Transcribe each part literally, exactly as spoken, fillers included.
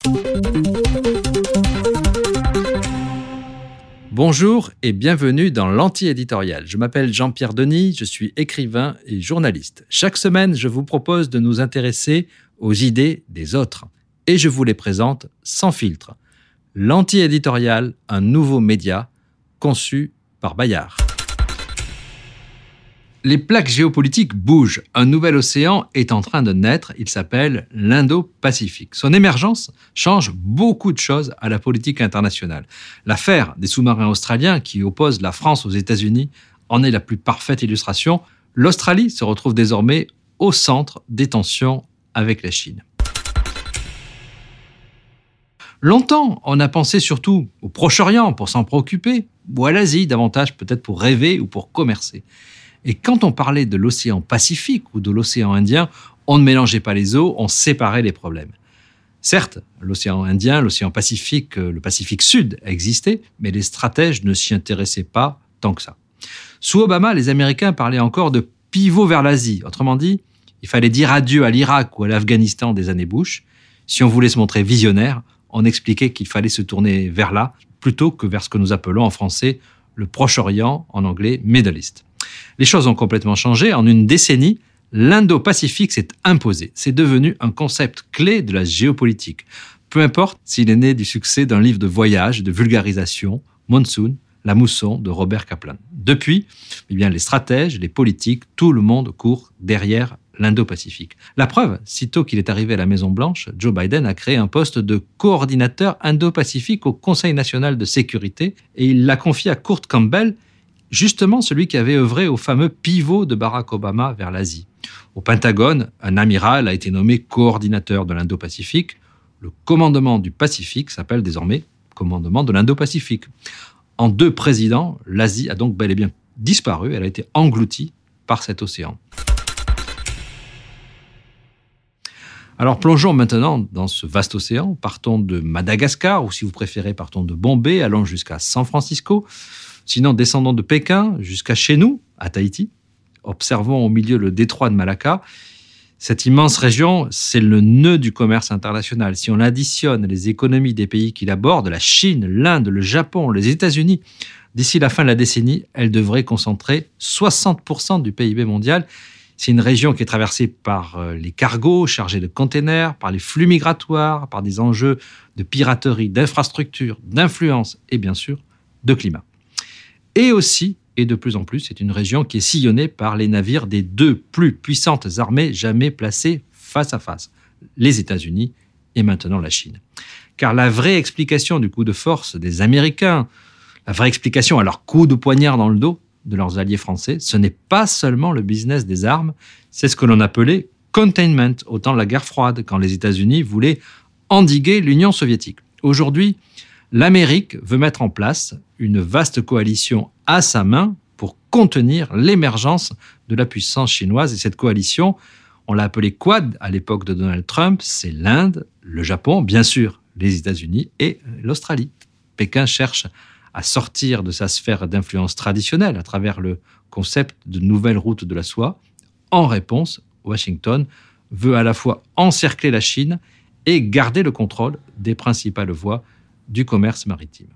Bonjour et bienvenue dans l'Anti-Éditorial. Je m'appelle Jean-Pierre Denis, je suis écrivain et journaliste. Chaque semaine, je vous propose de nous intéresser aux idées des autres. Et je vous les présente sans filtre. L'Anti-Éditorial, un nouveau média conçu par Bayard. Les plaques géopolitiques bougent. Un nouvel océan est en train de naître. Il s'appelle l'Indo-Pacifique. Son émergence change beaucoup de choses à la politique internationale. L'affaire des sous-marins australiens qui opposent la France aux États-Unis en est la plus parfaite illustration. L'Australie se retrouve désormais au centre des tensions avec la Chine. Longtemps, on a pensé surtout au Proche-Orient pour s'en préoccuper, ou à l'Asie davantage peut-être pour rêver ou pour commercer. Et quand on parlait de l'océan Pacifique ou de l'océan Indien, on ne mélangeait pas les eaux, on séparait les problèmes. Certes, l'océan Indien, l'océan Pacifique, le Pacifique Sud existaient, mais les stratèges ne s'y intéressaient pas tant que ça. Sous Obama, les Américains parlaient encore de pivot vers l'Asie. Autrement dit, il fallait dire adieu à l'Irak ou à l'Afghanistan des années Bush. Si on voulait se montrer visionnaire, on expliquait qu'il fallait se tourner vers là, plutôt que vers ce que nous appelons en français le Proche-Orient, en anglais Middle East. Les choses ont complètement changé. En une décennie, l'Indo-Pacifique s'est imposé. C'est devenu un concept clé de la géopolitique. Peu importe s'il est né du succès d'un livre de voyage, de vulgarisation, Monsoon, la mousson de Robert Kaplan. Depuis, eh bien, les stratèges, les politiques, tout le monde court derrière l'Indo-Pacifique. La preuve, sitôt qu'il est arrivé à la Maison-Blanche, Joe Biden a créé un poste de coordinateur Indo-Pacifique au Conseil national de sécurité et il l'a confié à Kurt Campbell, justement celui qui avait œuvré au fameux pivot de Barack Obama vers l'Asie. Au Pentagone, un amiral a été nommé coordinateur de l'Indo-Pacifique. Le commandement du Pacifique s'appelle désormais commandement de l'Indo-Pacifique. En deux présidents, l'Asie a donc bel et bien disparu. Elle a été engloutie par cet océan. Alors plongeons maintenant dans ce vaste océan. Partons de Madagascar, ou si vous préférez, partons de Bombay, allons jusqu'à San Francisco. Sinon, descendons de Pékin jusqu'à chez nous, à Tahiti. Observons au milieu le détroit de Malacca. Cette immense région, c'est le nœud du commerce international. Si on additionne les économies des pays qui l'abordent, la Chine, l'Inde, le Japon, les États-Unis, d'ici la fin de la décennie, elle devrait concentrer soixante pour cent du P I B mondial. C'est une région qui est traversée par les cargos chargés de containers, par les flux migratoires, par des enjeux de piraterie, d'infrastructures, d'influence et bien sûr de climat. Et aussi, et de plus en plus, c'est une région qui est sillonnée par les navires des deux plus puissantes armées jamais placées face à face, les États-Unis et maintenant la Chine. Car la vraie explication du coup de force des Américains, la vraie explication à leur coup de poignard dans le dos de leurs alliés français, ce n'est pas seulement le business des armes, c'est ce que l'on appelait containment au temps de la guerre froide, quand les États-Unis voulaient endiguer l'Union soviétique. Aujourd'hui, l'Amérique veut mettre en place une vaste coalition à sa main pour contenir l'émergence de la puissance chinoise. Et cette coalition, on l'a appelée Quad à l'époque de Donald Trump, c'est l'Inde, le Japon, bien sûr les États-Unis et l'Australie. Pékin cherche à sortir de sa sphère d'influence traditionnelle à travers le concept de nouvelle route de la soie. En réponse, Washington veut à la fois encercler la Chine et garder le contrôle des principales voies du commerce maritime.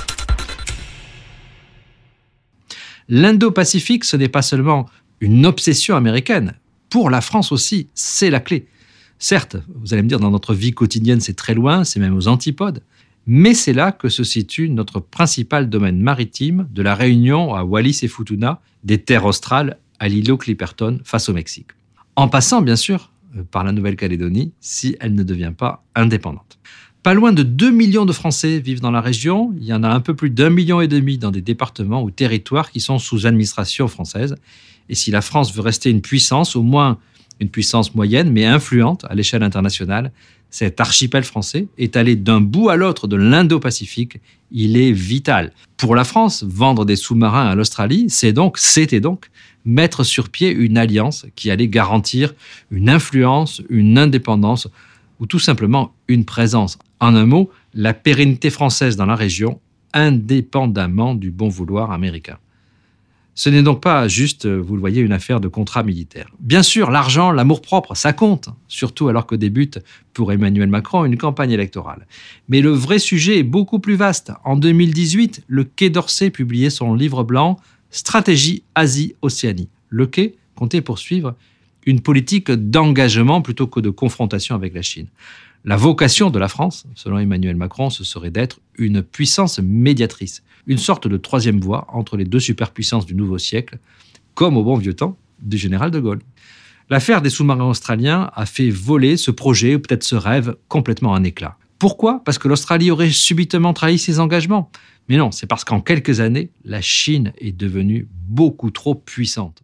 L'Indo-Pacifique, ce n'est pas seulement une obsession américaine. Pour la France aussi, c'est la clé. Certes, vous allez me dire, dans notre vie quotidienne, c'est très loin, c'est même aux antipodes, mais c'est là que se situe notre principal domaine maritime, de la Réunion à Wallis et Futuna, des terres australes à l'îlot Clipperton face au Mexique. En passant, bien sûr, par la Nouvelle-Calédonie, si elle ne devient pas indépendante. Pas loin de deux millions de Français vivent dans la région. Il y en a un peu plus d'un million et demi dans des départements ou territoires qui sont sous administration française. Et si la France veut rester une puissance, au moins une puissance moyenne, mais influente à l'échelle internationale, cet archipel français, étalé d'un bout à l'autre de l'Indo-Pacifique, il est vital. Pour la France, vendre des sous-marins à l'Australie, c'est donc, c'était donc mettre sur pied une alliance qui allait garantir une influence, une indépendance ou tout simplement une présence. En un mot, la pérennité française dans la région, indépendamment du bon vouloir américain. Ce n'est donc pas juste, vous le voyez, une affaire de contrat militaire. Bien sûr, l'argent, l'amour-propre, ça compte, surtout alors que débute pour Emmanuel Macron une campagne électorale. Mais le vrai sujet est beaucoup plus vaste. En deux mille dix-huit, le Quai d'Orsay publiait son livre blanc « Stratégie Asie-Océanie ». Le Quai comptait poursuivre une politique d'engagement plutôt que de confrontation avec la Chine. La vocation de la France, selon Emmanuel Macron, ce serait d'être une puissance médiatrice, une sorte de troisième voie entre les deux superpuissances du nouveau siècle, comme au bon vieux temps du général de Gaulle. L'affaire des sous-marins australiens a fait voler ce projet, ou peut-être ce rêve, complètement en éclats. Pourquoi ? Parce que l'Australie aurait subitement trahi ses engagements. Mais non, c'est parce qu'en quelques années, la Chine est devenue beaucoup trop puissante.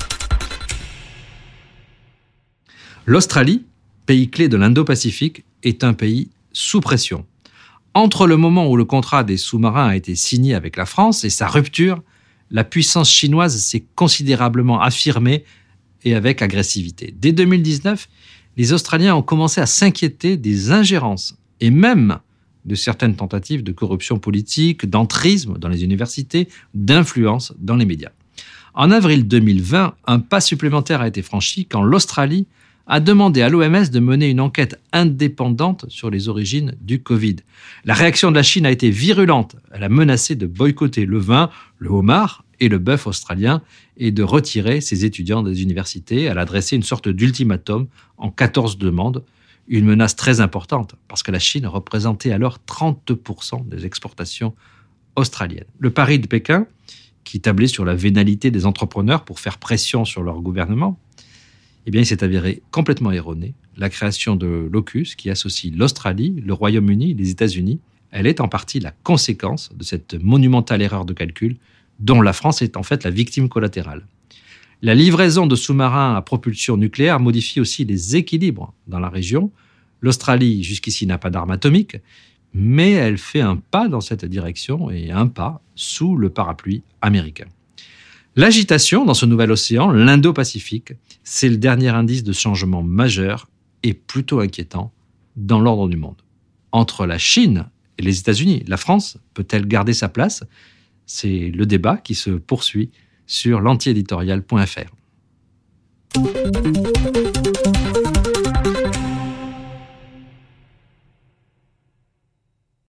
L'Australie, pays clé de l'Indo-Pacifique, est un pays sous pression. Entre le moment où le contrat des sous-marins a été signé avec la France et sa rupture, la puissance chinoise s'est considérablement affirmée et avec agressivité. Dès deux mille dix-neuf, les Australiens ont commencé à s'inquiéter des ingérences et même de certaines tentatives de corruption politique, d'entrisme dans les universités, d'influence dans les médias. En avril deux mille vingt, un pas supplémentaire a été franchi quand l'Australie a demandé à l'O M S de mener une enquête indépendante sur les origines du Covid. La réaction de la Chine a été virulente. Elle a menacé de boycotter le vin, le homard et le bœuf australien et de retirer ses étudiants des universités. Elle a dressé une sorte d'ultimatum en quatorze demandes, une menace très importante parce que la Chine représentait alors trente pour cent des exportations australiennes. Le pari de Pékin, qui tablait sur la vénalité des entrepreneurs pour faire pression sur leur gouvernement, eh bien, il s'est avéré complètement erroné. La création de l'AUKUS, qui associe l'Australie, le Royaume-Uni et les États-Unis, elle est en partie la conséquence de cette monumentale erreur de calcul dont la France est en fait la victime collatérale. La livraison de sous-marins à propulsion nucléaire modifie aussi les équilibres dans la région. L'Australie, jusqu'ici, n'a pas d'armes atomiques, mais elle fait un pas dans cette direction et un pas sous le parapluie américain. L'agitation dans ce nouvel océan, l'Indo-Pacifique, c'est le dernier indice de changement majeur et plutôt inquiétant dans l'ordre du monde. Entre la Chine et les États-Unis, la France peut-elle garder sa place ? C'est le débat qui se poursuit sur l'antiéditorial point f r.